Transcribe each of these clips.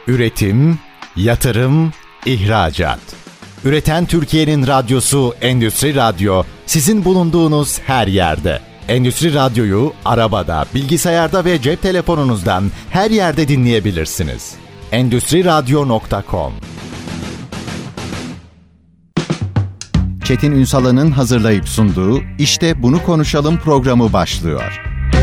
Üretim, yatırım, ihracat. Üreten Türkiye'nin radyosu Endüstri Radyo, sizin bulunduğunuz her yerde. Endüstri Radyo'yu arabada, bilgisayarda ve cep telefonunuzdan her yerde dinleyebilirsiniz. Endüstriradyo.com. Çetin Ünsal'ın hazırlayıp sunduğu İşte Bunu Konuşalım programı başlıyor.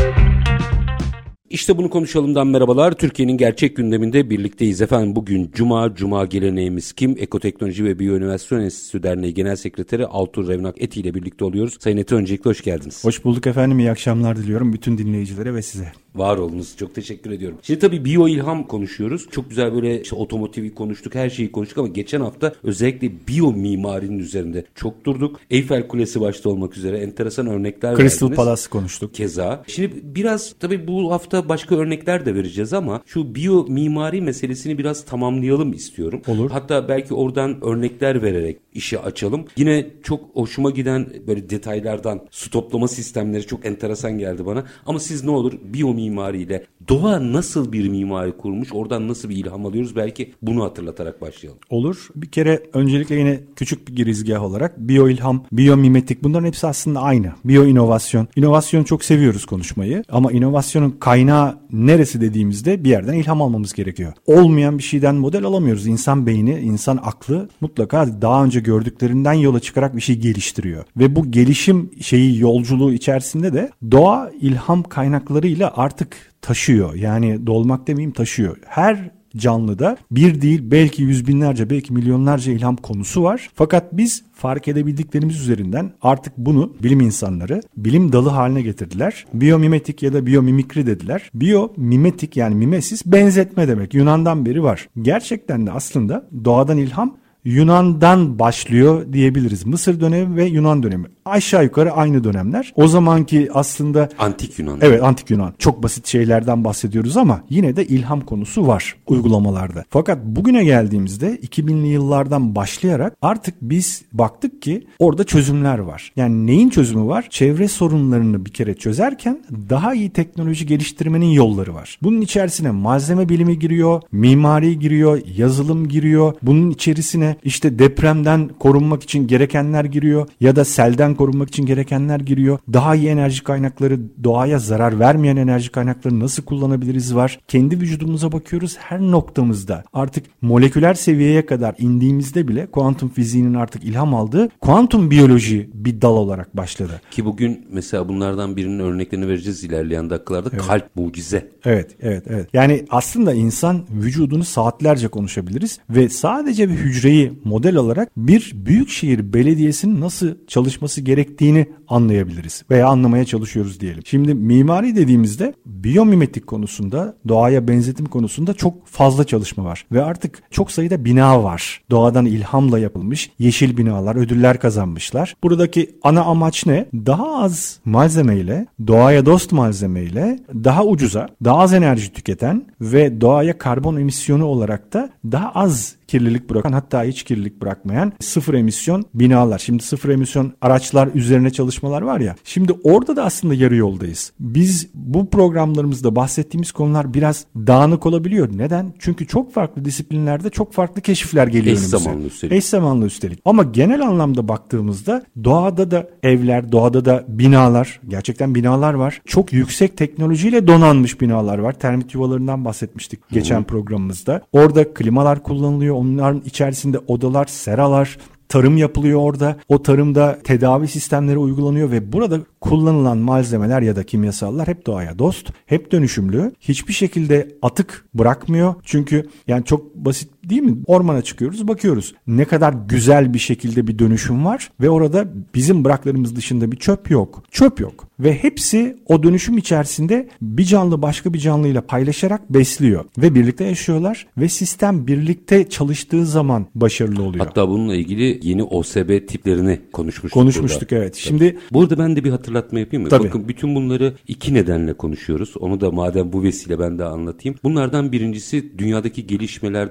İşte bunu konuşalımdan merhabalar. Türkiye'nin gerçek gündeminde birlikteyiz efendim. Bugün Cuma geleneğimiz kim? Ekoteknoloji ve Biyoinovasyon Enstitüsü Derneği Genel Sekreteri Altuğ Revnak Eti ile birlikte oluyoruz. Sayın Eti, öncelikle hoş geldiniz. Hoş bulduk efendim. İyi akşamlar diliyorum bütün dinleyicilere ve size. Var olunuz. Çok teşekkür ediyorum. Şimdi tabii biyo ilham konuşuyoruz. Çok güzel böyle otomotivi konuştuk, her şeyi konuştuk ama geçen hafta özellikle biyo mimarinin üzerinde çok durduk. Eyfel Kulesi başta olmak üzere enteresan örnekler verdiniz. Crystal Palace konuştuk. Keza. Şimdi biraz tabii bu hafta başka örnekler de vereceğiz ama şu biyo mimari meselesini biraz tamamlayalım istiyorum. Olur. Hatta belki oradan örnekler vererek işi açalım. Yine çok hoşuma giden böyle detaylardan su toplama sistemleri çok enteresan geldi bana. Ama siz ne olur biyo mimariyle doğa nasıl bir mimari kurmuş, oradan nasıl bir ilham alıyoruz, belki bunu hatırlatarak başlayalım. Olur. Bir kere öncelikle yine küçük bir girizgah olarak biyo ilham, biyo mimetik, bunların hepsi aslında aynı. Biyo inovasyon. İnovasyonu çok seviyoruz konuşmayı ama inovasyonun kaynağı neresi dediğimizde bir yerden ilham almamız gerekiyor. Olmayan bir şeyden model alamıyoruz. İnsan beyni, insan aklı mutlaka daha önce gördüklerinden yola çıkarak bir şey geliştiriyor. Ve bu gelişim yolculuğu içerisinde de doğa ilham kaynaklarıyla artık taşıyor. Yani dolmak demeyeyim, taşıyor. Her canlıda bir değil belki yüz binlerce, belki milyonlarca ilham konusu var. Fakat biz fark edebildiklerimiz üzerinden artık bunu bilim insanları bilim dalı haline getirdiler. Biyomimetik ya da biyomimikri dediler. Biyomimetik yani mimesis benzetme demek. Yunan'dan beri var. Gerçekten de aslında doğadan ilham Yunan'dan başlıyor diyebiliriz. Mısır dönemi ve Yunan dönemi. Aşağı yukarı aynı dönemler. O zamanki aslında Antik Yunan. Evet, Antik Yunan. Çok basit şeylerden bahsediyoruz ama yine de ilham konusu var uygulamalarda. Fakat bugüne geldiğimizde 2000'li yıllardan başlayarak artık biz baktık ki orada çözümler var. Yani neyin çözümü var? Çevre sorunlarını bir kere çözerken daha iyi teknoloji geliştirmenin yolları var. Bunun içerisine malzeme bilimi giriyor, mimari giriyor, yazılım giriyor. Bunun içerisine işte depremden korunmak için gerekenler giriyor ya da selden korunmak için gerekenler giriyor. Daha iyi enerji kaynakları, doğaya zarar vermeyen enerji kaynakları nasıl kullanabiliriz var. Kendi vücudumuza bakıyoruz, her noktamızda artık moleküler seviyeye kadar indiğimizde bile kuantum fiziğinin artık ilham aldığı kuantum biyoloji bir dal olarak başladı. Ki bugün mesela bunlardan birinin örneklerini vereceğiz ilerleyen dakikalarda. Evet. Kalp mucize. Evet. Yani aslında insan vücudunu saatlerce konuşabiliriz ve sadece bir hücreyi model alarak bir büyükşehir belediyesinin nasıl çalışması gerektiğini anlayabiliriz veya anlamaya çalışıyoruz diyelim. Şimdi mimari dediğimizde biyomimetik konusunda, doğaya benzetim konusunda çok fazla çalışma var ve artık çok sayıda bina var. Doğadan ilhamla yapılmış yeşil binalar, ödüller kazanmışlar. Buradaki ana amaç ne? Daha az malzemeyle, doğaya dost malzemeyle, daha ucuza, daha az enerji tüketen ve doğaya karbon emisyonu olarak da daha az kirlilik bırakan, hatta hiç kirlilik bırakmayan sıfır emisyon binalar. Şimdi sıfır emisyon araçlar üzerine çalışmalar var ya. Şimdi orada da aslında yarı yoldayız. Biz bu programlarımızda bahsettiğimiz konular biraz dağınık olabiliyor. Neden? Çünkü çok farklı disiplinlerde çok farklı keşifler geliyor önümüze. Eş zamanlı üstelik. Ama genel anlamda baktığımızda doğada da evler, doğada da binalar, gerçekten binalar var. Çok yüksek teknolojiyle donanmış binalar var. Termit yuvalarından bahsetmiştik geçen programımızda. Orada klimalar kullanılıyor. Onların içerisinde odalar, seralar, tarım yapılıyor orada. O tarımda tedavi sistemleri uygulanıyor ve burada kullanılan malzemeler ya da kimyasallar hep doğaya dost, hep dönüşümlü. Hiçbir şekilde atık bırakmıyor. Çünkü yani çok basit değil mi? Ormana çıkıyoruz, bakıyoruz. Ne kadar güzel bir şekilde bir dönüşüm var ve orada bizim bıraklarımız dışında bir çöp yok. Çöp yok. Ve hepsi o dönüşüm içerisinde bir canlı başka bir canlıyla paylaşarak besliyor. Ve birlikte yaşıyorlar ve sistem birlikte çalıştığı zaman başarılı oluyor. Hatta bununla ilgili yeni OSB tiplerini konuşmuştuk burada. Evet. Şimdi burada ben de bir hatırlatma yapayım mı? Tabii. Bakın, bütün bunları iki nedenle konuşuyoruz. Onu da madem bu vesile ben de anlatayım. Bunlardan birincisi dünyadaki gelişmelerden haber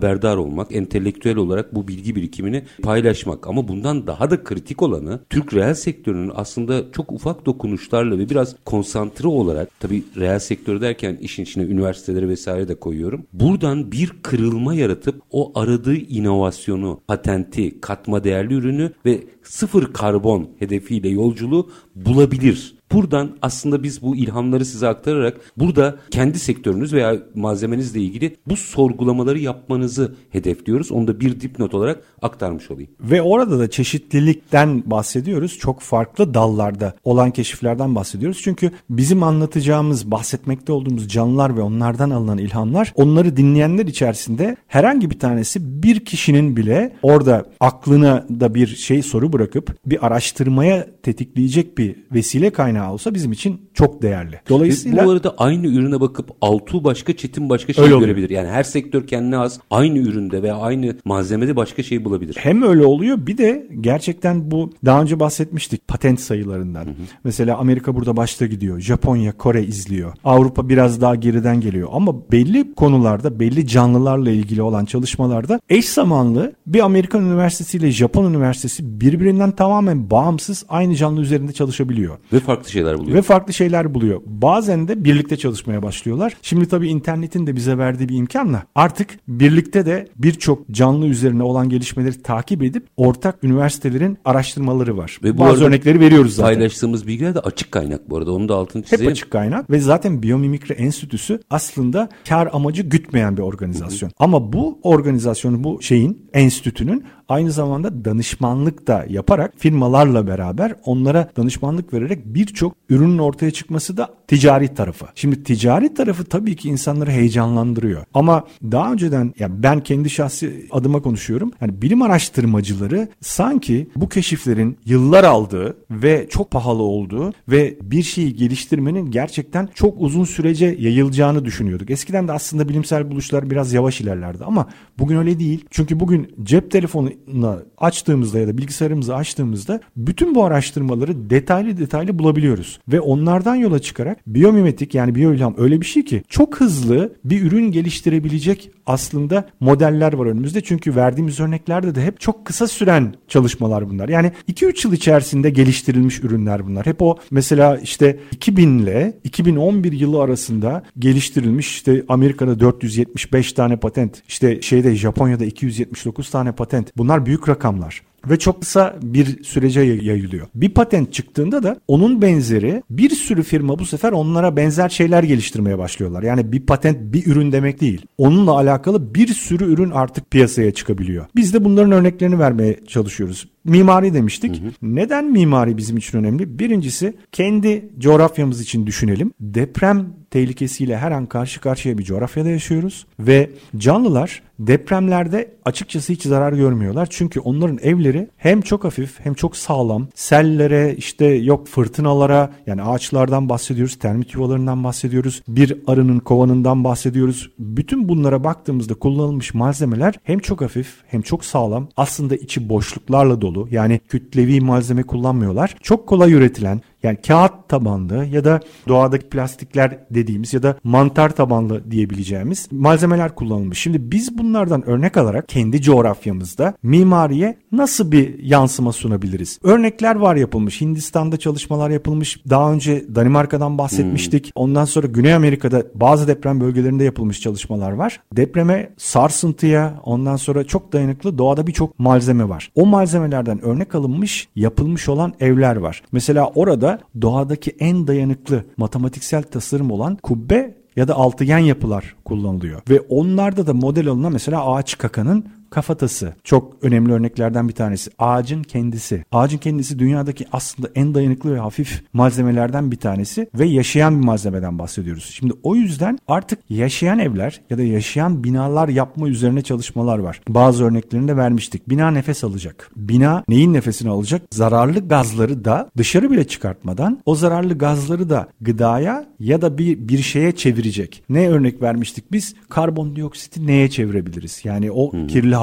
haberdar olmak, entelektüel olarak bu bilgi birikimini paylaşmak. Ama bundan daha da kritik olanı Türk reel sektörünün aslında çok ufak dokunuşlarla ve biraz konsantre olarak, tabii reel sektörü derken işin içine üniversiteleri vesaire de koyuyorum. Buradan bir kırılma yaratıp o aradığı inovasyonu, patenti, katma değerli ürünü ve sıfır karbon hedefiyle yolculuğu bulabilir. Buradan aslında biz bu ilhamları size aktararak burada kendi sektörünüz veya malzemenizle ilgili bu sorgulamaları yapmanızı hedefliyoruz. Onu da bir dipnot olarak aktarmış olayım. Ve orada da çeşitlilikten bahsediyoruz. Çok farklı dallarda olan keşiflerden bahsediyoruz. Çünkü bizim anlatacağımız, bahsetmekte olduğumuz canlılar ve onlardan alınan ilhamlar, onları dinleyenler içerisinde herhangi bir tanesi bir kişinin bile orada aklına da bir soru bırakıp bir araştırmaya tetikleyecek bir vesile kaynağı olsa bizim için çok değerli. Dolayısıyla bu arada aynı ürüne bakıp Altuğ başka, Çetin başka şey görebilir. Yani her sektör kendine az aynı üründe veya aynı malzemede başka şey bulabilir. Hem öyle oluyor, bir de gerçekten bu daha önce bahsetmiştik patent sayılarından. Mesela Amerika burada başta gidiyor. Japonya, Kore izliyor. Avrupa biraz daha geriden geliyor. Ama belli konularda, belli canlılarla ilgili olan çalışmalarda eş zamanlı bir Amerikan üniversitesi ile Japon üniversitesi birbirinden tamamen bağımsız aynı canlı üzerinde çalışabiliyor. Ve farklı şeyler buluyor. Bazen de birlikte çalışmaya başlıyorlar. Şimdi tabii internetin de bize verdiği bir imkanla artık birlikte de birçok canlı üzerine olan gelişmeleri takip edip ortak üniversitelerin araştırmaları var. Ve bazı örnekleri veriyoruz zaten. Paylaştığımız bilgiler de açık kaynak bu arada. Onu da altını çizeyim. Hep açık kaynak ve zaten Biyomimikri Enstitüsü aslında kar amacı gütmeyen bir organizasyon. Ama bu organizasyonun, bu enstitünün aynı zamanda danışmanlık da yaparak firmalarla beraber onlara danışmanlık vererek birçok ürünün ortaya çıkması da ticari tarafı. Şimdi ticari tarafı tabii ki insanları heyecanlandırıyor. Ama daha önceden, yani ben kendi şahsi adıma konuşuyorum. Yani bilim araştırmacıları sanki bu keşiflerin yıllar aldığı ve çok pahalı olduğu ve bir şeyi geliştirmenin gerçekten çok uzun sürece yayılacağını düşünüyorduk. Eskiden de aslında bilimsel buluşlar biraz yavaş ilerlerdi ama bugün öyle değil. Çünkü bugün cep telefonu açtığımızda ya da bilgisayarımızı açtığımızda bütün bu araştırmaları detaylı bulabiliyoruz. Ve onlardan yola çıkarak biyomimetik, yani biyoilham öyle bir şey ki çok hızlı bir ürün geliştirebilecek aslında modeller var önümüzde. Çünkü verdiğimiz örneklerde de hep çok kısa süren çalışmalar bunlar. Yani 2-3 yıl içerisinde geliştirilmiş ürünler bunlar. Hep o mesela 2000 ile 2011 yılı arasında geliştirilmiş, Amerika'da 475 tane patent, Japonya'da 279 tane patent. Bunlar büyük rakamlar. Ve çok kısa bir sürece yayılıyor. Bir patent çıktığında da onun benzeri bir sürü firma bu sefer onlara benzer şeyler geliştirmeye başlıyorlar. Yani bir patent bir ürün demek değil. Onunla alakalı bir sürü ürün artık piyasaya çıkabiliyor. Biz de bunların örneklerini vermeye çalışıyoruz. Mimari demiştik. Neden mimari bizim için önemli? Birincisi, kendi coğrafyamız için düşünelim. Deprem tehlikesiyle her an karşı karşıya bir coğrafyada yaşıyoruz ve canlılar depremlerde açıkçası hiç zarar görmüyorlar. Çünkü onların evleri hem çok hafif hem çok sağlam. Sellere, fırtınalara, yani ağaçlardan bahsediyoruz, termit yuvalarından bahsediyoruz, bir arının kovanından bahsediyoruz. Bütün bunlara baktığımızda kullanılmış malzemeler hem çok hafif hem çok sağlam. Aslında içi boşluklarla dolu. Yani kütlevi malzeme kullanmıyorlar. Çok kolay üretilen, yani kağıt tabanlı ya da doğadaki plastikler dediğimiz ya da mantar tabanlı diyebileceğimiz malzemeler kullanılmış. Şimdi biz bunlardan örnek alarak kendi coğrafyamızda mimariye nasıl bir yansıma sunabiliriz? Örnekler var yapılmış. Hindistan'da çalışmalar yapılmış. Daha önce Danimarka'dan bahsetmiştik. Ondan sonra Güney Amerika'da bazı deprem bölgelerinde yapılmış çalışmalar var. Depreme, sarsıntıya, ondan sonra çok dayanıklı doğada birçok malzeme var. O malzemelerden örnek alınmış, yapılmış olan evler var. Mesela orada doğadaki en dayanıklı matematiksel tasarım olan kubbe ya da altıgen yapılar kullanılıyor. Ve onlarda da model alınan mesela ağaç kakanın kafatası çok önemli örneklerden bir tanesi. Ağacın kendisi. Ağacın kendisi dünyadaki aslında en dayanıklı ve hafif malzemelerden bir tanesi ve yaşayan bir malzemeden bahsediyoruz. Şimdi o yüzden artık yaşayan evler ya da yaşayan binalar yapma üzerine çalışmalar var. Bazı örneklerini de vermiştik. Bina nefes alacak. Bina neyin nefesini alacak? Zararlı gazları da dışarı bile çıkartmadan o zararlı gazları da gıdaya ya da bir şeye çevirecek. Ne örnek vermiştik biz? Karbondioksiti neye çevirebiliriz? Yani o kirli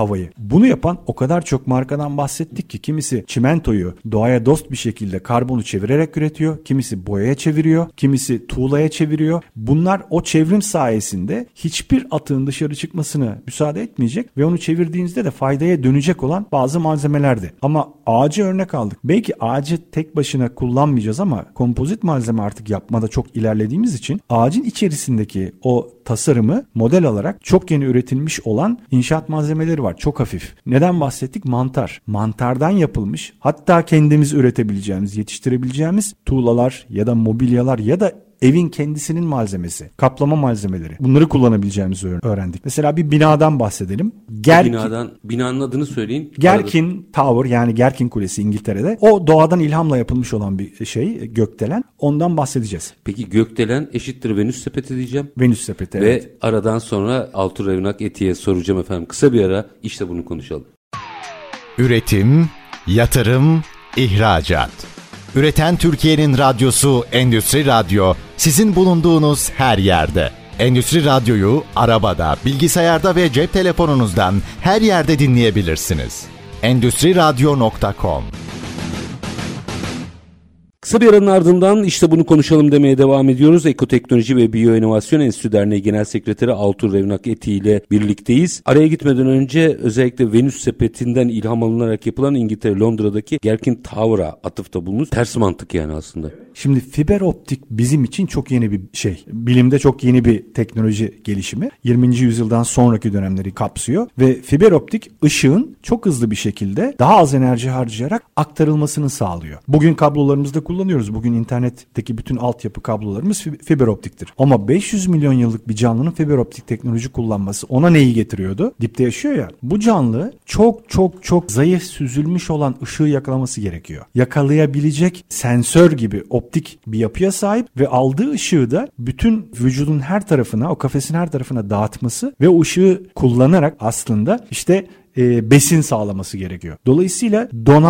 havayı. Bunu yapan o kadar çok markadan bahsettik ki kimisi çimentoyu doğaya dost bir şekilde karbonu çevirerek üretiyor. Kimisi boyaya çeviriyor. Kimisi tuğlaya çeviriyor. Bunlar o çevrim sayesinde hiçbir atığın dışarı çıkmasına müsaade etmeyecek ve onu çevirdiğinizde de faydaya dönecek olan bazı malzemelerdi. Ama ağacı örnek aldık. Belki ağacı tek başına kullanmayacağız ama kompozit malzeme artık yapmada çok ilerlediğimiz için ağacın içerisindeki o tasarımı model alarak çok yeni üretilmiş olan inşaat malzemeleri var. Çok hafif. Neden bahsettik? Mantar. Mantardan yapılmış, hatta kendimiz üretebileceğimiz, yetiştirebileceğimiz tuğlalar ya da mobilyalar ya da evin kendisinin malzemesi, kaplama malzemeleri. Bunları kullanabileceğimizi öğrendik. Mesela bir binadan bahsedelim. Binanın adını söyleyin. Gerkin Tower, yani Gerkin Kulesi İngiltere'de. O doğadan ilhamla yapılmış olan bir şey, gökdelen. Ondan bahsedeceğiz. Peki gökdelen eşittir Venüs sepeti diyeceğim. Venüs sepeti, evet. Ve aradan sonra Altuğ Revnak Eti'ye soracağım efendim. Kısa bir ara, işte bunu konuşalım. Üretim, yatırım, ihracat. Üreten Türkiye'nin radyosu Endüstri Radyo, sizin bulunduğunuz her yerde. Endüstri Radyo'yu arabada, bilgisayarda ve cep telefonunuzdan her yerde dinleyebilirsiniz. Endüstriradyo.com. Kısa bir aranın ardından işte bunu konuşalım demeye devam ediyoruz. Ekoteknoloji ve Biyoinovasyon Enstitüsü Derneği Genel Sekreteri Altuğ Revnak Eti ile birlikteyiz. Araya gitmeden önce özellikle Venüs sepetinden ilham alınarak yapılan İngiltere Londra'daki Gerkin Tower'a atıfta bulunuz. Ters mantık yani aslında. Şimdi fiber optik bizim için çok yeni bir şey. Bilimde çok yeni bir teknoloji gelişimi. 20. yüzyıldan sonraki dönemleri kapsıyor ve fiber optik ışığın çok hızlı bir şekilde daha az enerji harcayarak aktarılmasını sağlıyor. Bugün kablolarımızda kullanıyoruz. Bugün internetteki bütün altyapı kablolarımız fiber optiktir. Ama 500 milyon yıllık bir canlının fiber optik teknoloji kullanması ona neyi getiriyordu? Dipte yaşıyor ya. Bu canlı çok zayıf süzülmüş olan ışığı yakalaması gerekiyor. Yakalayabilecek sensör gibi optik bir yapıya sahip ve aldığı ışığı da bütün vücudun her tarafına, o kafesin her tarafına dağıtması ve o ışığı kullanarak aslında işte besin sağlaması gerekiyor. Dolayısıyla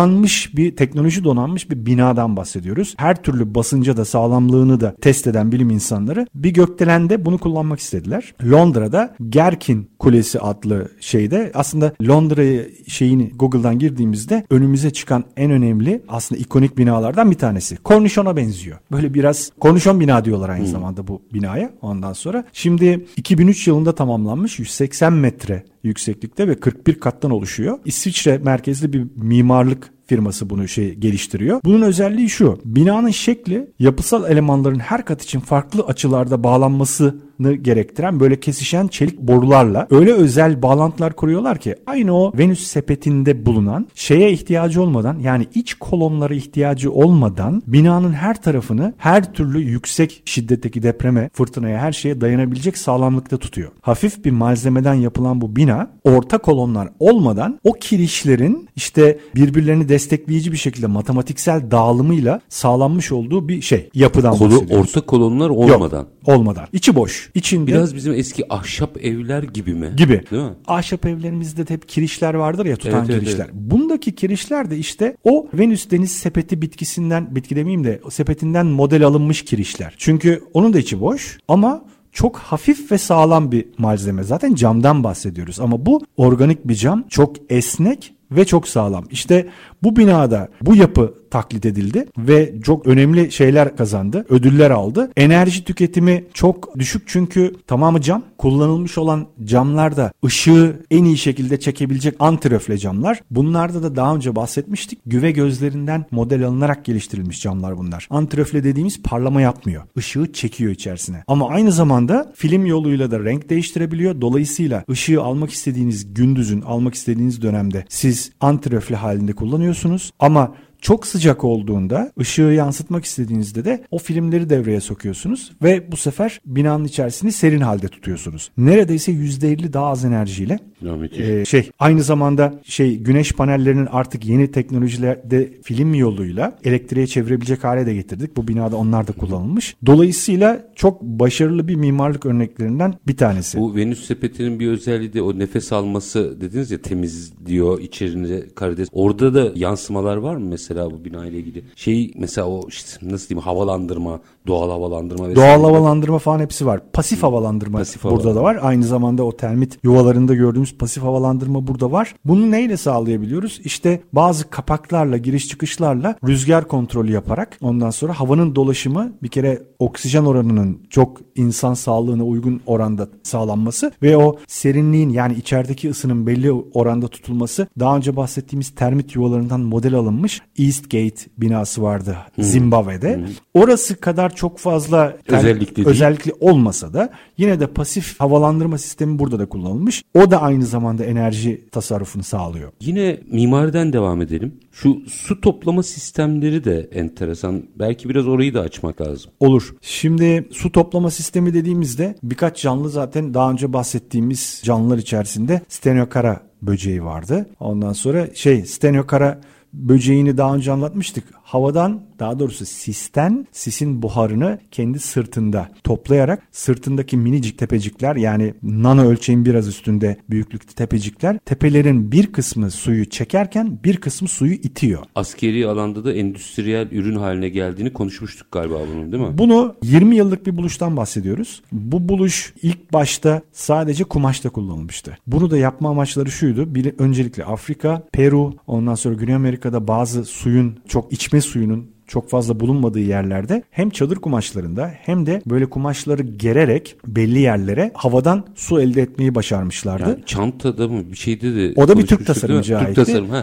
teknoloji donanmış bir binadan bahsediyoruz. Her türlü basınca da sağlamlığını da test eden bilim insanları bir gökdelende bunu kullanmak istediler. Londra'da Gerkin Kulesi adlı şeyde, aslında Londra'yı Google'dan girdiğimizde önümüze çıkan en önemli aslında ikonik binalardan bir tanesi. Kornişona benziyor. Böyle biraz kornişon bina diyorlar aynı zamanda bu binaya. Ondan sonra şimdi 2003 yılında tamamlanmış, 180 metre yükseklikte ve 41 kattan oluşuyor. İsviçre merkezli bir mimarlık firması bunu geliştiriyor. Bunun özelliği şu: binanın şekli yapısal elemanların her kat için farklı açılarda bağlanmasını gerektiren böyle kesişen çelik borularla öyle özel bağlantılar kuruyorlar ki aynı o Venüs sepetinde bulunan şeye ihtiyacı olmadan, yani iç kolonlara ihtiyacı olmadan binanın her tarafını her türlü yüksek şiddetteki depreme, fırtınaya, her şeye dayanabilecek sağlamlıkta tutuyor. Hafif bir malzemeden yapılan bu bina orta kolonlar olmadan o kirişlerin işte birbirlerini destekleyici bir şekilde matematiksel dağılımıyla sağlanmış olduğu bir yapıdan bahsediyoruz. Orta kolonlar olmadan. Yok, olmadan. İçi boş. İçinde biraz bizim eski ahşap evler gibi mi? Gibi. Değil mi? Ahşap evlerimizde de hep kirişler vardır ya, tutan kirişler. Evet. Bundaki kirişler de işte o Venüs deniz sepeti bitki demeyeyim de sepetinden model alınmış kirişler. Çünkü onun da içi boş ama çok hafif ve sağlam bir malzeme. Zaten camdan bahsediyoruz ama bu organik bir cam, çok esnek ve çok sağlam. İşte bu binada bu yapı taklit edildi ve çok önemli şeyler kazandı. Ödüller aldı. Enerji tüketimi çok düşük çünkü tamamı cam. Kullanılmış olan camlar da ışığı en iyi şekilde çekebilecek antiröfle camlar. Bunlarda da daha önce bahsetmiştik. Güve gözlerinden model alınarak geliştirilmiş camlar bunlar. Antiröfle dediğimiz parlama yapmıyor. Işığı çekiyor içerisine. Ama aynı zamanda film yoluyla da renk değiştirebiliyor. Dolayısıyla ışığı almak istediğiniz gündüzün, almak istediğiniz dönemde siz antiröfle halinde kullanıyorsunuz ama çok sıcak olduğunda ışığı yansıtmak istediğinizde de o filmleri devreye sokuyorsunuz ve bu sefer binanın içerisini serin halde tutuyorsunuz. Neredeyse %50 daha az enerjiyle. Aynı zamanda güneş panellerinin artık yeni teknolojilerde film yoluyla elektriğe çevirebilecek hale de getirdik. Bu binada onlar da kullanılmış. Dolayısıyla çok başarılı bir mimarlık örneklerinden bir tanesi. Bu Venüs sepetinin bir özelliği de o nefes alması dediniz ya, temiz diyor içerinde karides. Orada da yansımalar var mı mesela? mesela bu bina ile ilgili. Mesela o işte nasıl diyeyim, havalandırma, doğal havalandırma vesaire. Doğal havalandırma falan hepsi var. Pasif havalandırma burada da var. Aynı zamanda o termit yuvalarında gördüğümüz pasif havalandırma burada var. Bunu neyle sağlayabiliyoruz? İşte bazı kapaklarla, giriş çıkışlarla rüzgar kontrolü yaparak ondan sonra havanın dolaşımı, bir kere oksijen oranının çok insan sağlığına uygun oranda sağlanması ve o serinliğin, yani içerideki ısının belli oranda tutulması, daha önce bahsettiğimiz termit yuvalarından model alınmış Eastgate binası vardı Zimbabwe'de. Orası kadar çok fazla özellikle olmasa da yine de pasif havalandırma sistemi burada da kullanılmış. O da aynı zamanda enerji tasarrufunu sağlıyor. Yine mimariden devam edelim. Şu su toplama sistemleri de enteresan. Belki biraz orayı da açmak lazım. Olur. Şimdi su toplama sistemi dediğimizde birkaç canlı, zaten daha önce bahsettiğimiz canlılar içerisinde Stenokara böceği vardı. Ondan sonra Stenokara böceğini daha önce anlatmıştık. Havadan, daha doğrusu sisin buharını kendi sırtında toplayarak sırtındaki minicik tepecikler, yani nano ölçeğin biraz üstünde büyüklükte tepecikler, tepelerin bir kısmı suyu çekerken bir kısmı suyu itiyor. Askeri alanda da endüstriyel ürün haline geldiğini konuşmuştuk galiba bunun, değil mi? Bunu 20 yıllık bir buluştan bahsediyoruz. Bu buluş ilk başta sadece kumaşta kullanılmıştı. Bunu da yapma amaçları şuydu. Öncelikle Afrika, Peru, ondan sonra Güney Amerika'da bazı suyun, çok içme suyunun çok fazla bulunmadığı yerlerde hem çadır kumaşlarında hem de böyle kumaşları gererek belli yerlere havadan su elde etmeyi başarmışlardı. Yani çantada mı bir şeyde de o da bir Türk tasarımcı aitti. Türk tasarım.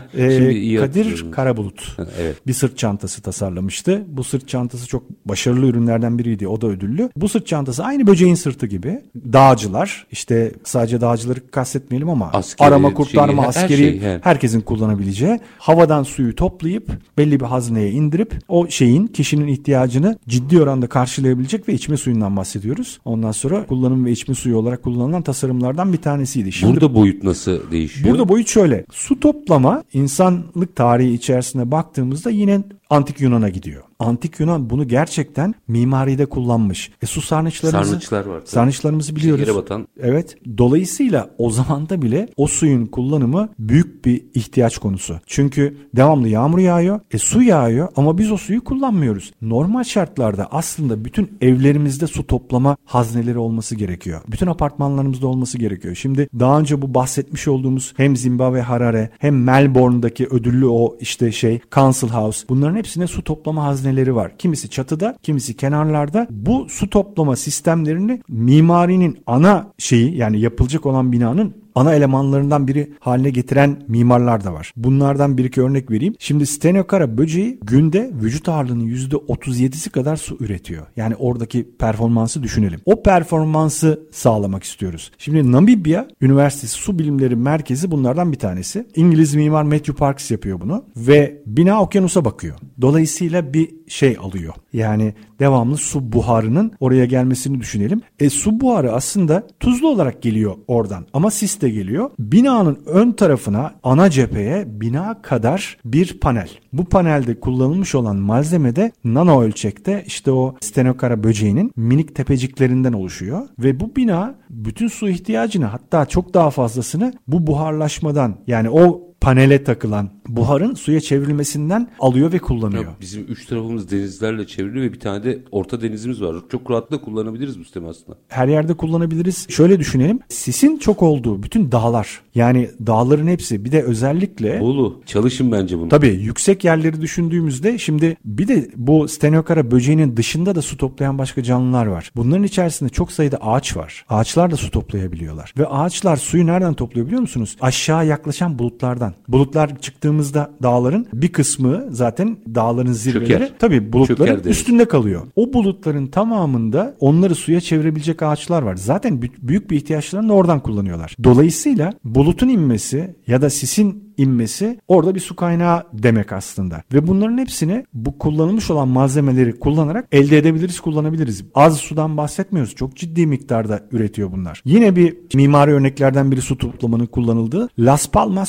Kadir Karabulut bir sırt çantası tasarlamıştı. Bu sırt çantası çok başarılı ürünlerden biriydi. O da ödüllü. Bu sırt çantası aynı böceğin sırtı gibi. Dağcılar, işte sadece dağcıları kastetmeyelim ama arama, kurtarma, askeri herkesin kullanabileceği, havadan suyu toplayıp belli bir hazneye indirip o kişinin ihtiyacını ciddi oranda karşılayabilecek ve içme suyundan bahsediyoruz. Ondan sonra kullanım ve içme suyu olarak kullanılan tasarımlardan bir tanesiydi. Şimdi, burada boyut nasıl değişiyor? Burada boyut şöyle. Su toplama insanlık tarihi içerisinde baktığımızda yine Antik Yunan'a gidiyor. Antik Yunan bunu gerçekten mimaride kullanmış. Su sarnıçlarımızı biliyoruz. Yere batan. Evet. Dolayısıyla o zamanda bile o suyun kullanımı büyük bir ihtiyaç konusu. Çünkü devamlı yağmur yağıyor. Su yağıyor ama biz o suyu kullanmıyoruz. Normal şartlarda aslında bütün evlerimizde su toplama hazneleri olması gerekiyor. Bütün apartmanlarımızda olması gerekiyor. Şimdi daha önce bu bahsetmiş olduğumuz hem Zimbabwe Harare hem Melbourne'daki ödüllü o Council House, bunların hepsine su toplama hazneleri var. Kimisi çatıda, kimisi kenarlarda. Bu su toplama sistemlerini mimarinin ana yani yapılacak olan binanın ana elemanlarından biri haline getiren mimarlar da var. Bunlardan bir iki örnek vereyim. Şimdi Stenokara böceği günde vücut ağırlığının %37'si kadar su üretiyor. Yani oradaki performansı düşünelim. O performansı sağlamak istiyoruz. Şimdi Namibya Üniversitesi Su Bilimleri Merkezi bunlardan bir tanesi. İngiliz mimar Matthew Parkes yapıyor bunu ve bina okyanusa bakıyor. Dolayısıyla bir alıyor. Yani devamlı su buharının oraya gelmesini düşünelim. Su buharı aslında tuzlu olarak geliyor oradan ama sis de geliyor. Binanın ön tarafına, ana cepheye bina kadar bir panel. Bu panelde kullanılmış olan malzeme de nano ölçekte o Stenokara böceğinin minik tepeciklerinden oluşuyor ve bu bina bütün su ihtiyacını, hatta çok daha fazlasını bu buharlaşmadan, yani o panele takılan buharın suya çevrilmesinden alıyor ve kullanıyor. Ya bizim 3 tarafımız denizlerle çevrili ve bir tane de orta denizimiz var. Çok rahatlıkla kullanabiliriz bu sistemi aslında. Her yerde kullanabiliriz. Şöyle düşünelim. Sisin çok olduğu bütün dağlar, yani dağların hepsi, bir de özellikle Bolu. Çalışın bence bunu. Tabii yüksek yerleri düşündüğümüzde, şimdi bir de bu Stenokara böceğinin dışında da su toplayan başka canlılar var. Bunların içerisinde çok sayıda ağaç var. Ağaçlar da su toplayabiliyorlar. Ve ağaçlar suyu nereden topluyor biliyor musunuz? Aşağı yaklaşan bulutlardan. Bulutlar çıktığımızda dağların bir kısmı, zaten dağların zirveleri tabii bulutların üstünde kalıyor. O bulutların tamamında onları suya çevirebilecek ağaçlar var. Zaten büyük bir ihtiyaçlarını oradan kullanıyorlar. Dolayısıyla bulutun inmesi ya da sisin inmesi orada bir su kaynağı demek aslında. Ve bunların hepsini bu kullanılmış olan malzemeleri kullanarak elde edebiliriz, kullanabiliriz. Az sudan bahsetmiyoruz. Çok ciddi miktarda üretiyor bunlar. Yine bir mimari örneklerden biri su toplamanın kullanıldığı Las Palmas Su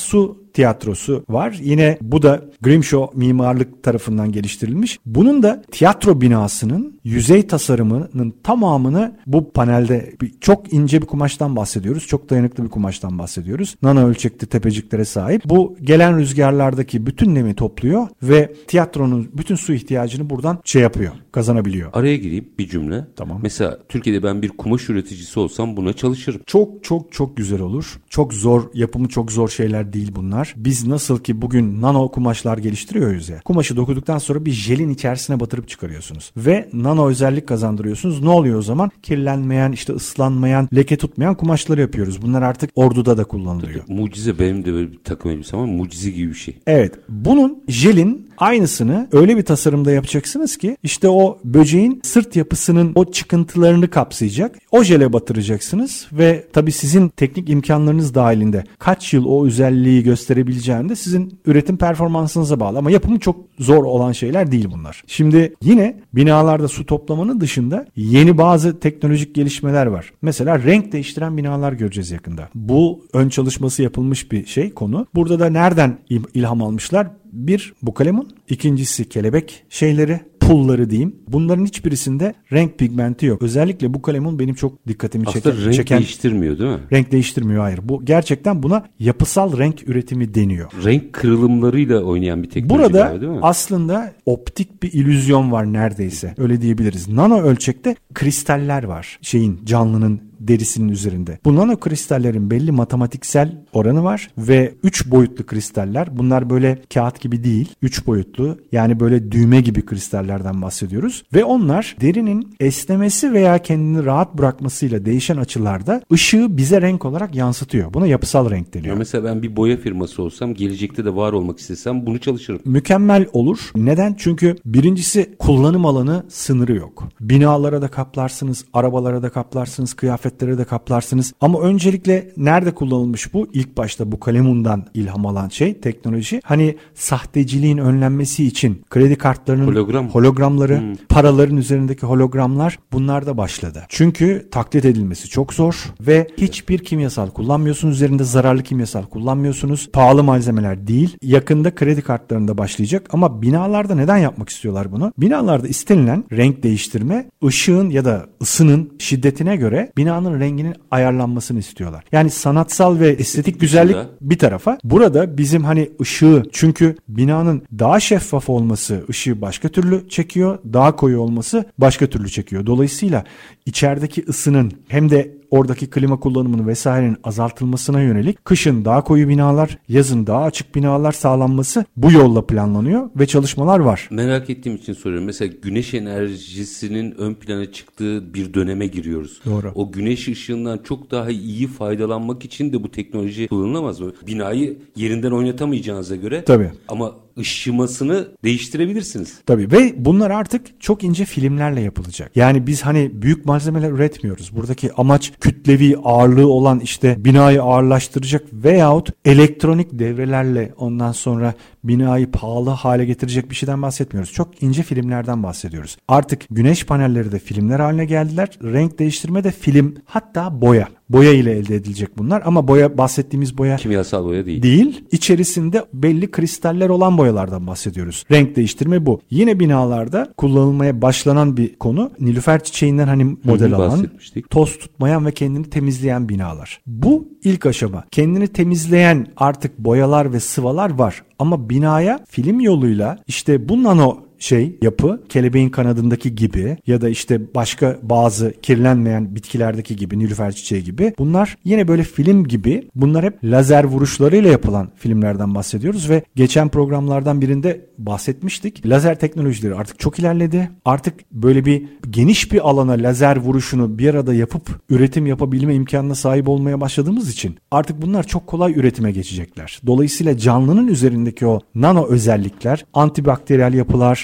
tiyatrosu var. Yine bu da Grimshaw mimarlık tarafından geliştirilmiş. Bunun da tiyatro binasının yüzey tasarımının tamamını bu panelde çok ince bir kumaştan bahsediyoruz. Çok dayanıklı bir kumaştan bahsediyoruz. Nano ölçekli tepeciklere sahip. Bu gelen rüzgarlardaki bütün nemi topluyor ve tiyatronun bütün su ihtiyacını buradan yapıyor, kazanabiliyor. Araya gireyim bir cümle. Tamam. Mesela Türkiye'de ben bir kumaş üreticisi olsam buna çalışırım. Çok güzel olur. Çok zor, yapımı çok zor şeyler değil bunlar. Biz nasıl ki bugün nano kumaşlar geliştiriyoruz ya. Kumaşı dokuduktan sonra bir jelin içerisine batırıp çıkarıyorsunuz. Ve nano özellik kazandırıyorsunuz. Ne oluyor o zaman? Kirlenmeyen, işte ıslanmayan, leke tutmayan kumaşları yapıyoruz. Bunlar artık orduda da kullanılıyor. Mucize, benim de böyle bir takım elbisem ama mucize gibi bir şey. Evet. Bunun jelin aynısını öyle bir tasarımda yapacaksınız ki işte o böceğin sırt yapısının o çıkıntılarını kapsayacak. O jele batıracaksınız ve tabii sizin teknik imkanlarınız dahilinde kaç yıl o özelliği gösterebileceğini de sizin üretim performansınıza bağlı. Ama yapımı çok zor olan şeyler değil bunlar. Şimdi yine binalarda su toplamanın dışında yeni bazı teknolojik gelişmeler var. Mesela renk değiştiren binalar göreceğiz yakında. Bu ön çalışması yapılmış bir konu. Burada da nereden ilham almışlar? Bir, bu kalemun. İkincisi kelebek şeyleri, pulları diyeyim. Bunların hiçbirisinde renk pigmenti yok. Özellikle bu kalemun benim çok dikkatimi çeken. Aslında renk değiştirmiyor değil mi? Renk değiştirmiyor, hayır. Bu gerçekten buna yapısal renk üretimi deniyor. Renk kırılımlarıyla oynayan bir teknoloji burada var, değil mi? aslında optik bir illüzyon var neredeyse. Öyle diyebiliriz. Nano ölçekte kristaller var. Canlının derisinin üzerinde. Bu nano kristallerin belli matematiksel oranı var ve 3 boyutlu kristaller. Bunlar böyle kağıt gibi değil. 3 boyutlu, yani böyle düğme gibi kristallerden bahsediyoruz. Ve onlar derinin esnemesi veya kendini rahat bırakmasıyla değişen açılarda ışığı bize renk olarak yansıtıyor. Buna yapısal renk deniyor. Ya mesela ben bir boya firması olsam, gelecekte de var olmak istesem bunu çalışırım. Mükemmel olur. Neden? Çünkü birincisi kullanım alanı sınırı yok. Binalara da kaplarsınız, arabalara da kaplarsınız, kıyafetlere de kaplarsınız. Ama öncelikle nerede kullanılmış bu? İlk başta bu kalemundan ilham alan teknoloji. Hani sahteciliğin önlenmesi için kredi kartlarının hologramları, paraların üzerindeki hologramlar, bunlar da başladı. Çünkü taklit edilmesi çok zor ve hiçbir kimyasal kullanmıyorsunuz. Üzerinde zararlı kimyasal kullanmıyorsunuz. Pahalı malzemeler değil. Yakında kredi kartlarında başlayacak ama binalarda neden yapmak istiyorlar bunu? Binalarda istenilen renk değiştirme, ışığın ya da ısının şiddetine göre binanın renginin ayarlanmasını istiyorlar. Yani sanatsal ve estetik güzellik bir tarafa. Burada bizim hani ışığı, çünkü binanın daha şeffaf olması ışığı başka türlü çekiyor, daha koyu olması başka türlü çekiyor. Dolayısıyla içerideki ısının hem de oradaki klima kullanımının vesairenin azaltılmasına yönelik kışın daha koyu binalar, yazın daha açık binalar sağlanması bu yolla planlanıyor ve çalışmalar var. Merak ettiğim için soruyorum. Mesela güneş enerjisinin ön plana çıktığı bir döneme giriyoruz. Doğru. O güneş ışığından çok daha iyi faydalanmak için de bu teknoloji kullanılamaz mı? Binayı yerinden oynatamayacağınıza göre. Tabii. Ama ışımasını değiştirebilirsiniz. Tabii ve bunlar artık çok ince filmlerle yapılacak. Yani biz hani büyük malzemeler üretmiyoruz. Buradaki amaç kütlevi ağırlığı olan işte binayı ağırlaştıracak veyahut elektronik devrelerle ondan sonra binayı pahalı hale getirecek bir şeyden bahsetmiyoruz. Çok ince filmlerden bahsediyoruz. Artık güneş panelleri de filmler haline geldiler. Renk değiştirme de film, hatta boya. Boya ile elde edilecek bunlar ama bahsettiğimiz boya kimyasal boya değil. Değil. İçerisinde belli kristaller olan boyalardan bahsediyoruz. Renk değiştirme bu. Yine binalarda kullanılmaya başlanan bir konu. Nilüfer çiçeğinden hani model alan, toz tutmayan ve kendini temizleyen binalar. Bu ilk aşama. Kendini temizleyen artık boyalar ve sıvalar var. Ama binaya film yoluyla işte bu nano yapı, kelebeğin kanadındaki gibi ya da işte başka bazı kirlenmeyen bitkilerdeki gibi, nilüfer çiçeği gibi, bunlar yine böyle film gibi, bunlar hep lazer vuruşlarıyla yapılan filmlerden bahsediyoruz ve geçen programlardan birinde bahsetmiştik. Lazer teknolojileri artık çok ilerledi. Artık böyle bir geniş bir alana lazer vuruşunu bir arada yapıp üretim yapabilme imkanına sahip olmaya başladığımız için artık bunlar çok kolay üretime geçecekler. Dolayısıyla canlının üzerindeki o nano özellikler, antibakteriyel yapılar,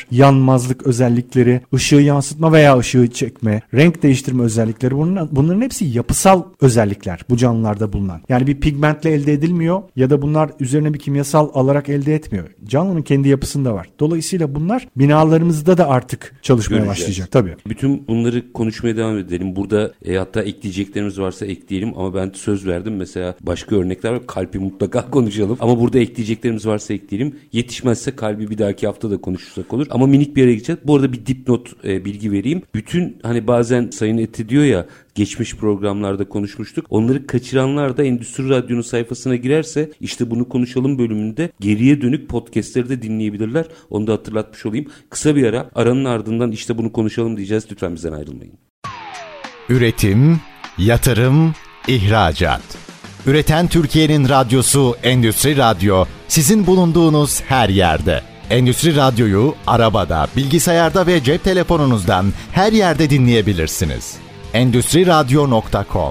yanmazlık özellikleri, ışığı yansıtma veya ışığı çekme, renk değiştirme özellikleri, bunların hepsi yapısal özellikler bu canlılarda bulunan. Yani bir pigmentle elde edilmiyor ya da bunlar üzerine bir kimyasal alarak elde etmiyor. Canlının kendi yapısında var. Dolayısıyla bunlar binalarımızda da artık çalışmaya başlayacak tabii. Bütün bunları konuşmaya devam edelim. Burada hatta ekleyeceklerimiz varsa ekleyelim ama ben söz verdim. Mesela başka örnekler var. Kalbi mutlaka konuşalım. Ama burada ekleyeceklerimiz varsa ekleyelim. Yetişmezse kalbi bir dahaki hafta da konuşursak olur. Ama minik bir yere gideceğiz. Bu arada bir dipnot bilgi vereyim. Bütün hani bazen Sayın Eti diyor ya, geçmiş programlarda konuşmuştuk. Onları kaçıranlar da Endüstri Radyo'nun sayfasına girerse işte bunu konuşalım bölümünde geriye dönük podcastleri de dinleyebilirler. Onu da hatırlatmış olayım. Kısa bir ara, aranın ardından işte bunu konuşalım diyeceğiz. Lütfen bizden ayrılmayın. Üretim, yatırım, ihracat. Üreten Türkiye'nin radyosu Endüstri Radyo, sizin bulunduğunuz her yerde. Endüstri Radyo'yu arabada, bilgisayarda ve cep telefonunuzdan her yerde dinleyebilirsiniz. Endüstriradyo.com.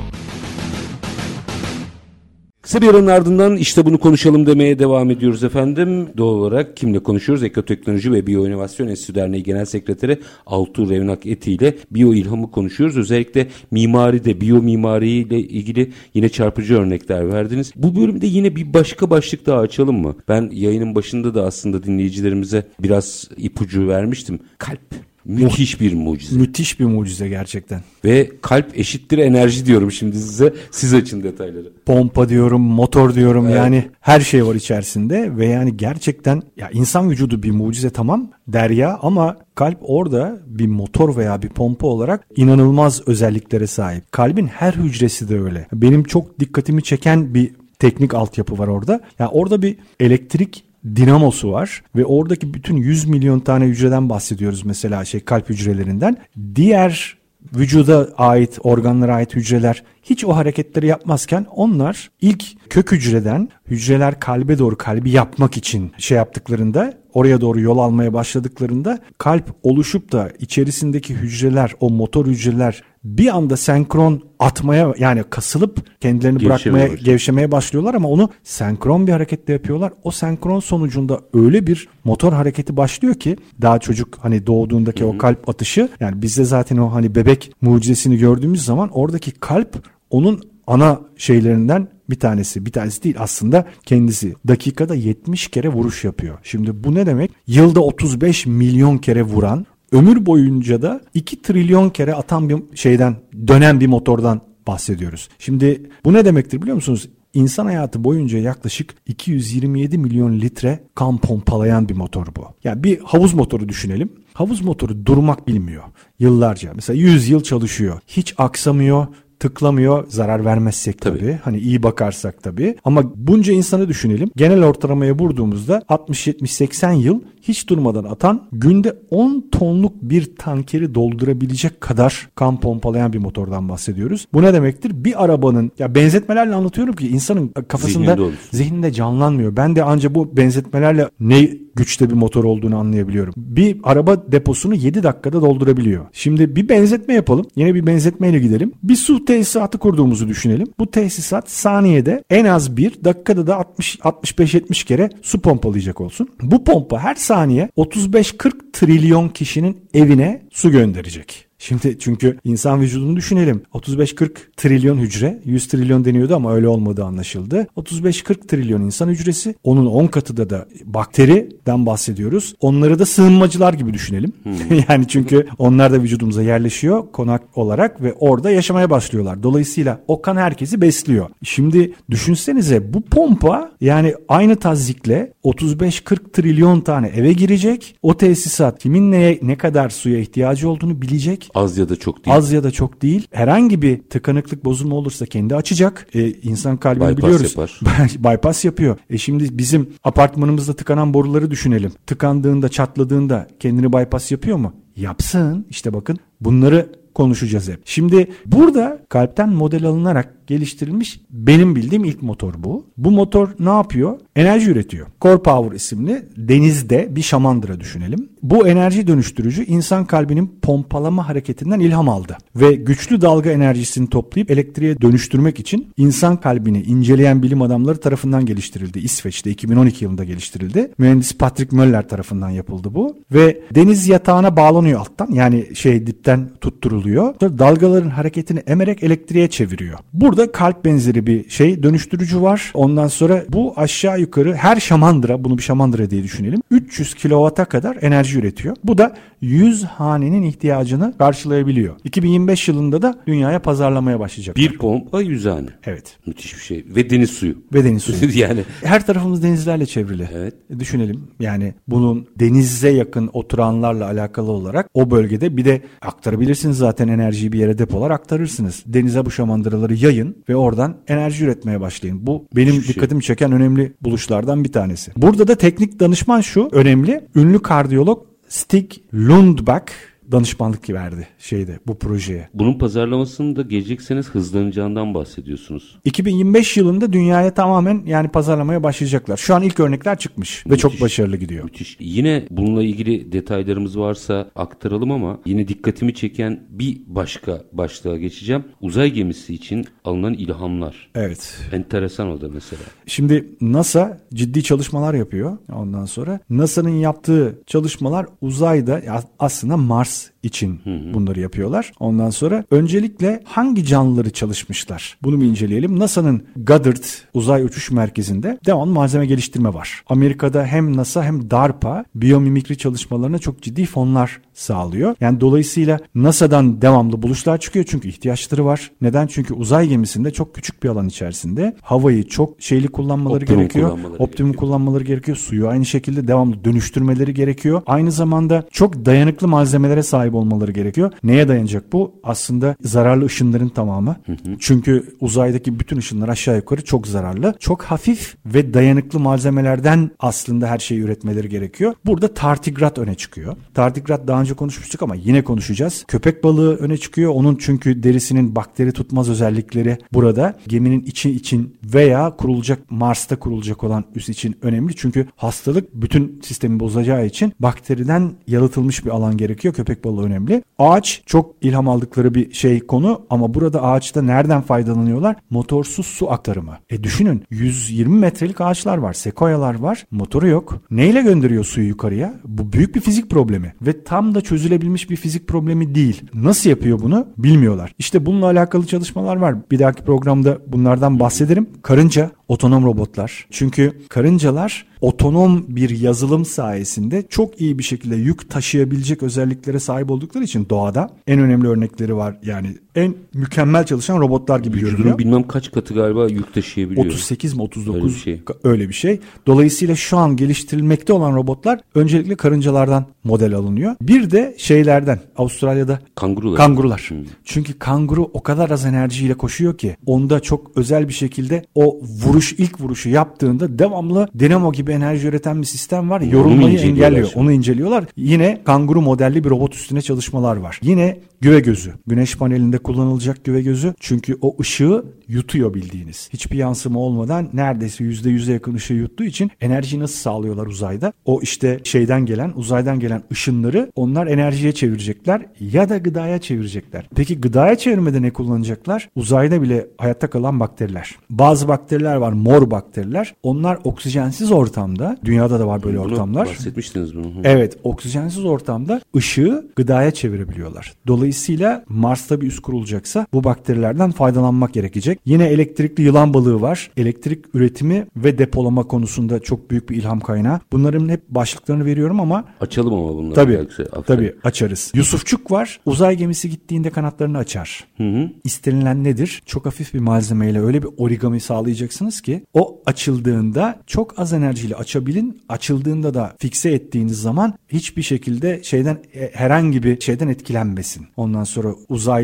Kısa bir aranın ardından işte bunu konuşalım demeye devam ediyoruz efendim. Doğal olarak kimle konuşuyoruz? Ekoteknoloji ve Biyoinovasyon Enstitüsü Derneği Genel Sekreteri Altuğ Revnak Eti ile biyo ilhamı konuşuyoruz. Özellikle mimaride, biyomimari ile ilgili yine çarpıcı örnekler verdiniz. Bu bölümde yine bir başka başlık daha açalım mı? Ben yayının başında da aslında dinleyicilerimize biraz ipucu vermiştim. Kalp. Müthiş bir mucize. Müthiş bir mucize gerçekten. Ve kalp eşittir enerji diyorum şimdi size. Siz açın detayları. Pompa diyorum, motor diyorum, evet. Yani her şey var içerisinde ve yani gerçekten ya insan vücudu bir mucize, tamam, derya, ama kalp orada bir motor veya bir pompa olarak inanılmaz özelliklere sahip. Kalbin her hücresi de öyle. Benim çok dikkatimi çeken bir teknik altyapı var orada. Yani orada bir elektrik dinamosu var ve oradaki bütün 100 milyon tane hücreden bahsediyoruz mesela kalp hücrelerinden. Diğer vücuda ait, organlara ait hücreler hiç o hareketleri yapmazken onlar ilk kök hücreden, hücreler kalbe doğru, kalbi yapmak için yaptıklarında, oraya doğru yol almaya başladıklarında kalp oluşup da içerisindeki hücreler, o motor hücreler bir anda senkron atmaya, yani kasılıp kendilerini bırakmaya, gevşemeye başlıyorlar ama onu senkron bir hareketle yapıyorlar. O senkron sonucunda öyle bir motor hareketi başlıyor ki daha çocuk hani doğduğundaki o kalp atışı, yani bizde zaten o hani bebek mucizesini gördüğümüz zaman oradaki kalp onun ana şeylerinden bir tanesi değil aslında kendisi. Dakikada 70 kere vuruş yapıyor. Şimdi bu ne demek? Yılda 35 milyon kere vuran, ömür boyunca da 2 trilyon kere atan bir dönen bir motordan bahsediyoruz. Şimdi bu ne demektir biliyor musunuz? İnsan hayatı boyunca yaklaşık 227 milyon litre kan pompalayan bir motor bu. Yani bir havuz motoru düşünelim. Havuz motoru durmak bilmiyor yıllarca. Mesela 100 yıl çalışıyor. Hiç aksamıyor, tıklamıyor, zarar vermezsek tabii. Hani iyi bakarsak tabii. Ama bunca insanı düşünelim. Genel ortalamaya vurduğumuzda 60-70-80 yıl hiç durmadan atan, günde 10 tonluk bir tankeri doldurabilecek kadar kan pompalayan bir motordan bahsediyoruz. Bu ne demektir? Bir arabanın, ya benzetmelerle anlatıyorum ki insanın kafasında, zihninde canlanmıyor. Ben de ancak bu benzetmelerle ne güçte bir motor olduğunu anlayabiliyorum. Bir araba deposunu 7 dakikada doldurabiliyor. Şimdi bir benzetme yapalım. Yine bir benzetmeyle gidelim. Bir su tesisatı kurduğumuzu düşünelim. Bu tesisat saniyede en az bir, dakikada da 65-70 kere su pompalayacak olsun. Bu pompa her saniye 35-40 trilyon kişinin evine su gönderecek. Şimdi çünkü insan vücudunu düşünelim. 35-40 trilyon hücre, 100 trilyon deniyordu ama öyle olmadığı anlaşıldı. 35-40 trilyon insan hücresi, onun 10 katı da bakteriden bahsediyoruz. Onları da sığınmacılar gibi düşünelim. Yani çünkü onlar da vücudumuza yerleşiyor konak olarak ve orada yaşamaya başlıyorlar. Dolayısıyla o kan herkesi besliyor. Şimdi düşünsenize, bu pompa yani aynı tazyikle 35-40 trilyon tane eve girecek. O tesisat kimin ne kadar suya ihtiyacı olduğunu bilecek. Az ya da çok değil. Az ya da çok değil. Herhangi bir tıkanıklık, bozulma olursa kendi açacak. İnsan kalbini bypass biliyoruz. Yapar. Bypass yapıyor. Şimdi bizim apartmanımızda tıkanan boruları düşünelim. Tıkandığında, çatladığında kendini bypass yapıyor mu? Yapsın. İşte bakın bunları konuşacağız hep. Şimdi burada kalpten model alınarak geliştirilmiş benim bildiğim ilk motor bu. Bu motor ne yapıyor? Enerji üretiyor. Core Power isimli denizde bir şamandıra düşünelim. Bu enerji dönüştürücü insan kalbinin pompalama hareketinden ilham aldı. Ve güçlü dalga enerjisini toplayıp elektriğe dönüştürmek için insan kalbini inceleyen bilim adamları tarafından geliştirildi. İsveç'te 2012 yılında geliştirildi. Mühendis Patrick Möller tarafından yapıldı bu. Ve deniz yatağına bağlanıyor alttan. Yani dipten tutturuluyor. Dalgaların hareketini emerek elektriğe çeviriyor. Burada kalp benzeri bir dönüştürücü var. Ondan sonra bu aşağı yukarı her şamandıra, bunu bir şamandıra diye düşünelim, 300 kW'a kadar enerji üretiyor. Bu da 100 hanenin ihtiyacını karşılayabiliyor. 2025 yılında da dünyaya pazarlamaya başlayacak. Bir pompa 100 hane. Evet. Müthiş bir şey. Ve deniz suyu. Yani. Her tarafımız denizlerle çevrili. Evet. Düşünelim. Yani bunun denize yakın oturanlarla alakalı olarak o bölgede bir de aktarabilirsiniz zaten enerjiyi bir yere depolar aktarırsınız. Denize bu şamandıraları yayın ve oradan enerji üretmeye başlayın. Bu benim dikkatimi çeken önemli buluşlardan bir tanesi. Burada da teknik danışman şu önemli. Ünlü kardiyolog Stig Lundbäck danışmanlık verdi bu projeye. Bunun pazarlamasını da gelecek sene hızlanacağından bahsediyorsunuz. 2025 yılında dünyaya tamamen pazarlamaya başlayacaklar. Şu an ilk örnekler çıkmış ve çok başarılı gidiyor. Müthiş. Yine bununla ilgili detaylarımız varsa aktaralım ama yine dikkatimi çeken bir başka başlığa geçeceğim. Uzay gemisi için alınan ilhamlar. Evet. Enteresan o da mesela. Şimdi NASA ciddi çalışmalar yapıyor. Ondan sonra NASA'nın yaptığı çalışmalar uzayda aslında Mars için bunları yapıyorlar. Ondan sonra öncelikle hangi canlıları çalışmışlar? Bunu bir inceleyelim. NASA'nın Goddard Uzay Uçuş Merkezi'nde devamlı malzeme geliştirme var. Amerika'da hem NASA hem DARPA biyomimikri çalışmalarına çok ciddi fonlar sağlıyor. Yani dolayısıyla NASA'dan devamlı buluşlar çıkıyor çünkü ihtiyaçları var. Neden? Çünkü uzay gemisinde çok küçük bir alan içerisinde havayı çok kullanmaları gerekiyor. Optimum kullanmaları gerekiyor. Suyu aynı şekilde devamlı dönüştürmeleri gerekiyor. Aynı zamanda çok dayanıklı malzemelere sahip olmaları gerekiyor. Neye dayanacak bu? Aslında zararlı ışınların tamamı. Çünkü uzaydaki bütün ışınlar aşağı yukarı çok zararlı. Çok hafif ve dayanıklı malzemelerden aslında her şeyi üretmeleri gerekiyor. Burada tardigrat öne çıkıyor. Tardigrat daha önce konuşmuştuk ama yine konuşacağız. Köpek balığı öne çıkıyor. Onun çünkü derisinin bakteri tutmaz özellikleri burada geminin içi için veya Mars'ta kurulacak olan üs için önemli. Çünkü hastalık bütün sistemi bozacağı için bakteriden yalıtılmış bir alan gerekiyor. Köpek balığı önemli. Ağaç çok ilham aldıkları bir konu ama burada ağaçta nereden faydalanıyorlar? Motorsuz su aktarımı. Düşünün 120 metrelik ağaçlar var. Sekoyalar var. Motoru yok. Neyle gönderiyor suyu yukarıya? Bu büyük bir fizik problemi ve tam da çözülebilmiş bir fizik problemi değil. Nasıl yapıyor bunu? Bilmiyorlar. İşte bununla alakalı çalışmalar var. Bir dahaki programda bunlardan bahsederim. Karınca, otonom robotlar. Çünkü karıncalar otonom bir yazılım sayesinde çok iyi bir şekilde yük taşıyabilecek özelliklere sahip oldukları için doğada en önemli örnekleri var. Yani en mükemmel çalışan robotlar gibi görünüyor. Bilmem kaç katı galiba yük taşıyabiliyor. 38 mi 39 öyle bir şey. Dolayısıyla şu an geliştirilmekte olan robotlar öncelikle karıncalardan model alınıyor. Bir de Avustralya'da kangurular. Çünkü kanguru o kadar az enerjiyle koşuyor ki onda çok özel bir şekilde o ilk vuruşu yaptığında devamlı dinamo gibi enerji üreten bir sistem var. Yorulmayı engelliyor. Onu inceliyorlar. Yine kanguru modelli bir robot üstüne çalışmalar var. Yine güve gözü. Güneş panelinde kullanılacak güve gözü. Çünkü o ışığı yutuyor bildiğiniz. Hiçbir yansıma olmadan neredeyse %100'e yakın ışığı yuttuğu için enerjiyi nasıl sağlıyorlar uzayda? O uzaydan gelen ışınları onlar enerjiye çevirecekler ya da gıdaya çevirecekler. Peki gıdaya çevirmede ne kullanacaklar? Uzayda bile hayatta kalan bakteriler. Bazı bakteriler var, mor bakteriler. Onlar oksijensiz ortamda, dünyada da var böyle ortamlar. Bahsetmiştiniz bunu. Evet, oksijensiz ortamda ışığı gıdaya çevirebiliyorlar. Dolayısıyla Mars'ta bir üs kurulacaksa bu bakterilerden faydalanmak gerekecek. Yine elektrikli yılan balığı var. Elektrik üretimi ve depolama konusunda çok büyük bir ilham kaynağı. Bunların hep başlıklarını veriyorum ama açalım ama bunları. Tabii açarız. Yusufçuk var. Uzay gemisi gittiğinde kanatlarını açar. İstenilen nedir? Çok hafif bir malzemeyle öyle bir origami sağlayacaksınız ki o açıldığında çok az enerjiyle açabilin. Açıldığında da fikse ettiğiniz zaman hiçbir şekilde herhangi bir şeyden etkilenmesin. Ondan sonra uzaydan gelen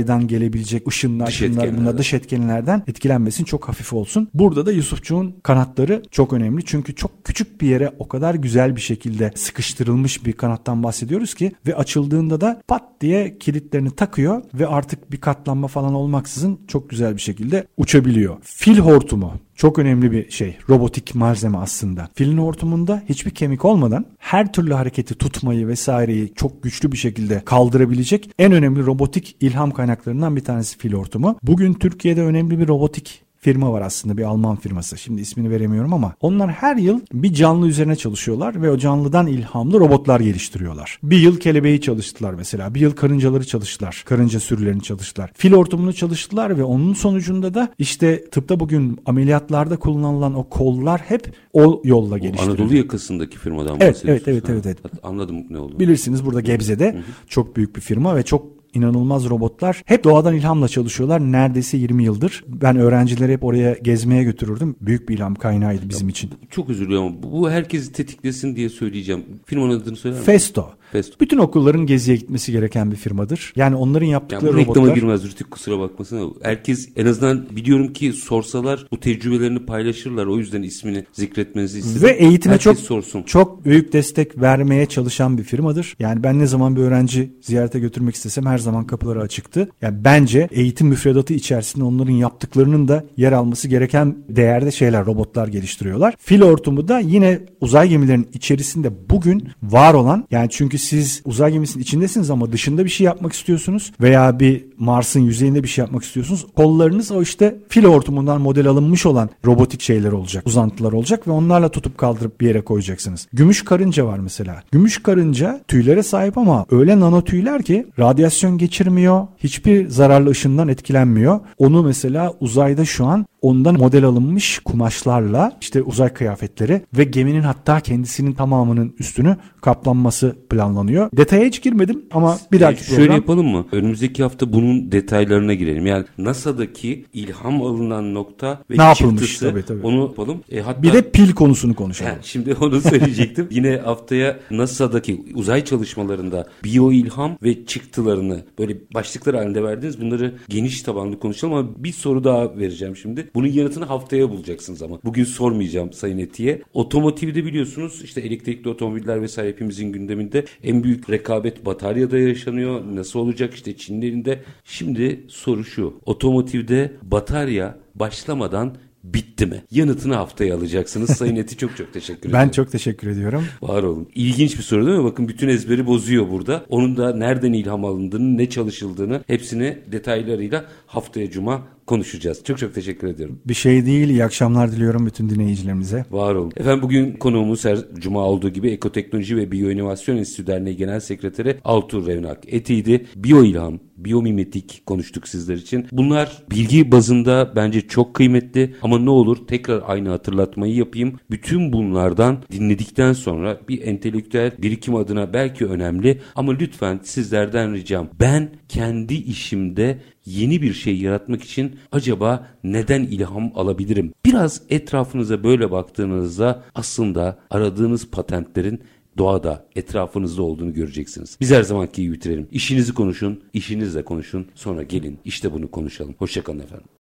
gelebilecek ışınlar, bunlar dış etkenlerden etkilenmesin, çok hafif olsun. Burada da Yusufçuğun kanatları çok önemli. Çünkü çok küçük bir yere o kadar güzel bir şekilde sıkıştırılmış bir kanattan bahsediyoruz ki ve açıldığında da pat diye kilitlerini takıyor ve artık bir katlanma falan olmaksızın çok güzel bir şekilde uçabiliyor. Fil hortumu çok önemli bir şey. Robotik malzeme aslında. Filin hortumunda hiçbir kemik olmadan her türlü hareketi tutmayı vesaireyi çok güçlü bir şekilde kaldırabilecek en önemli robotik ilham kaynaklarından bir tanesi fil hortumu. Bugün Türkiye'de önemli bir robotik firma var aslında, bir Alman firması. Şimdi ismini veremiyorum ama onlar her yıl bir canlı üzerine çalışıyorlar ve o canlıdan ilhamlı robotlar geliştiriyorlar. Bir yıl kelebeği çalıştılar mesela. Bir yıl karıncaları çalıştılar. Karınca sürülerini çalıştılar. Fil hortumunu çalıştılar ve onun sonucunda da işte tıpta bugün ameliyatlarda kullanılan o kollar hep o yolla geliştirildi. Anadolu yakasındaki firmadan bahsediyorsunuz. Evet. Anladım ne olduğunu. Bilirsiniz burada Gebze'de çok büyük bir firma ve çok İnanılmaz robotlar. Hep doğadan ilhamla çalışıyorlar. Neredeyse 20 yıldır. Ben öğrencileri hep oraya gezmeye götürürdüm. Büyük bir ilham kaynağıydı bizim için. Çok özür dilerim ama bu herkesi tetiklesin diye söyleyeceğim. Firmanın adını söyler misin? Festo. Bütün okulların geziye gitmesi gereken bir firmadır. Yani onların yaptıkları robotlar. Reklama girmez Rütük, kusura bakmasın. Herkes, en azından biliyorum ki sorsalar bu tecrübelerini paylaşırlar. O yüzden ismini zikretmenizi istedim. Ve eğitime sorsun. Çok büyük destek vermeye çalışan bir firmadır. Yani ben ne zaman bir öğrenci ziyarete götürmek istesem her zaman kapıları açıktı. Yani bence eğitim müfredatı içerisinde onların yaptıklarının da yer alması gereken değerde şeyler, robotlar geliştiriyorlar. Fil hortumu da yine uzay gemilerinin içerisinde bugün var olan, yani çünkü siz uzay gemisinin içindesiniz ama dışında bir şey yapmak istiyorsunuz veya bir Mars'ın yüzeyinde bir şey yapmak istiyorsunuz. Kollarınız o işte fil hortumundan model alınmış olan robotik şeyler olacak, uzantılar olacak ve onlarla tutup kaldırıp bir yere koyacaksınız. Gümüş karınca var mesela. Gümüş karınca tüylere sahip ama öyle nano tüyler ki radyasyon geçirmiyor, hiçbir zararlı ışından etkilenmiyor. Onu mesela uzayda şu an ondan model alınmış kumaşlarla işte uzay kıyafetleri ve geminin hatta kendisinin tamamının üstünü kaplanması planlanıyor. Detaya hiç girmedim ama bir dahaki program. Şöyle yapalım mı? Önümüzdeki hafta bunun detaylarına girelim. Yani NASA'daki ilham alınan nokta ve ne çıktısı. yapılmış? Tabii. Onu yapalım. Hatta, bir de pil konusunu konuşalım. Şimdi onu söyleyecektim. Yine haftaya NASA'daki uzay çalışmalarında biyo ilham ve çıktılarını böyle başlıklar halinde verdiniz. Bunları geniş tabanlı konuşalım ama bir soru daha vereceğim şimdi. Bunun yanıtını haftaya bulacaksınız ama. Bugün sormayacağım Sayın Eti'ye. Otomotivde biliyorsunuz işte elektrikli otomobiller vesaire hepimizin gündeminde. En büyük rekabet bataryada yaşanıyor. Nasıl olacak işte Çin'in elinde. Şimdi soru şu. Otomotivde batarya başlamadan bitti mi? Yanıtını haftaya alacaksınız. Sayın Eti çok teşekkür ederim. Ben çok teşekkür ediyorum. Var olun. İlginç bir soru değil mi? Bakın bütün ezberi bozuyor burada. Onun da nereden ilham alındığını, ne çalışıldığını hepsini detaylarıyla haftaya Cuma konuşacağız. Çok teşekkür ediyorum. Bir şey değil. İyi akşamlar diliyorum bütün dinleyicilerimize. Var olun. Efendim bugün konuğumuz her Cuma olduğu gibi Ekoteknoloji ve Biyoinovasyon Enstitüsü Derneği Genel Sekreteri Altuğ Revnak Eti'ydi. Biyoilham, biyomimetik konuştuk sizler için. Bunlar bilgi bazında bence çok kıymetli ama ne olur tekrar aynı hatırlatmayı yapayım. Bütün bunlardan dinledikten sonra bir entelektüel birikim adına belki önemli ama lütfen sizlerden ricam, ben kendi işimde yeni bir şey yaratmak için acaba neden ilham alabilirim? Biraz etrafınıza böyle baktığınızda aslında aradığınız patentlerin doğada, etrafınızda olduğunu göreceksiniz. Biz her zamanki gibi bitirelim. İşinizi konuşun, işinizle konuşun. Sonra gelin işte bunu konuşalım. Hoşça kalın efendim.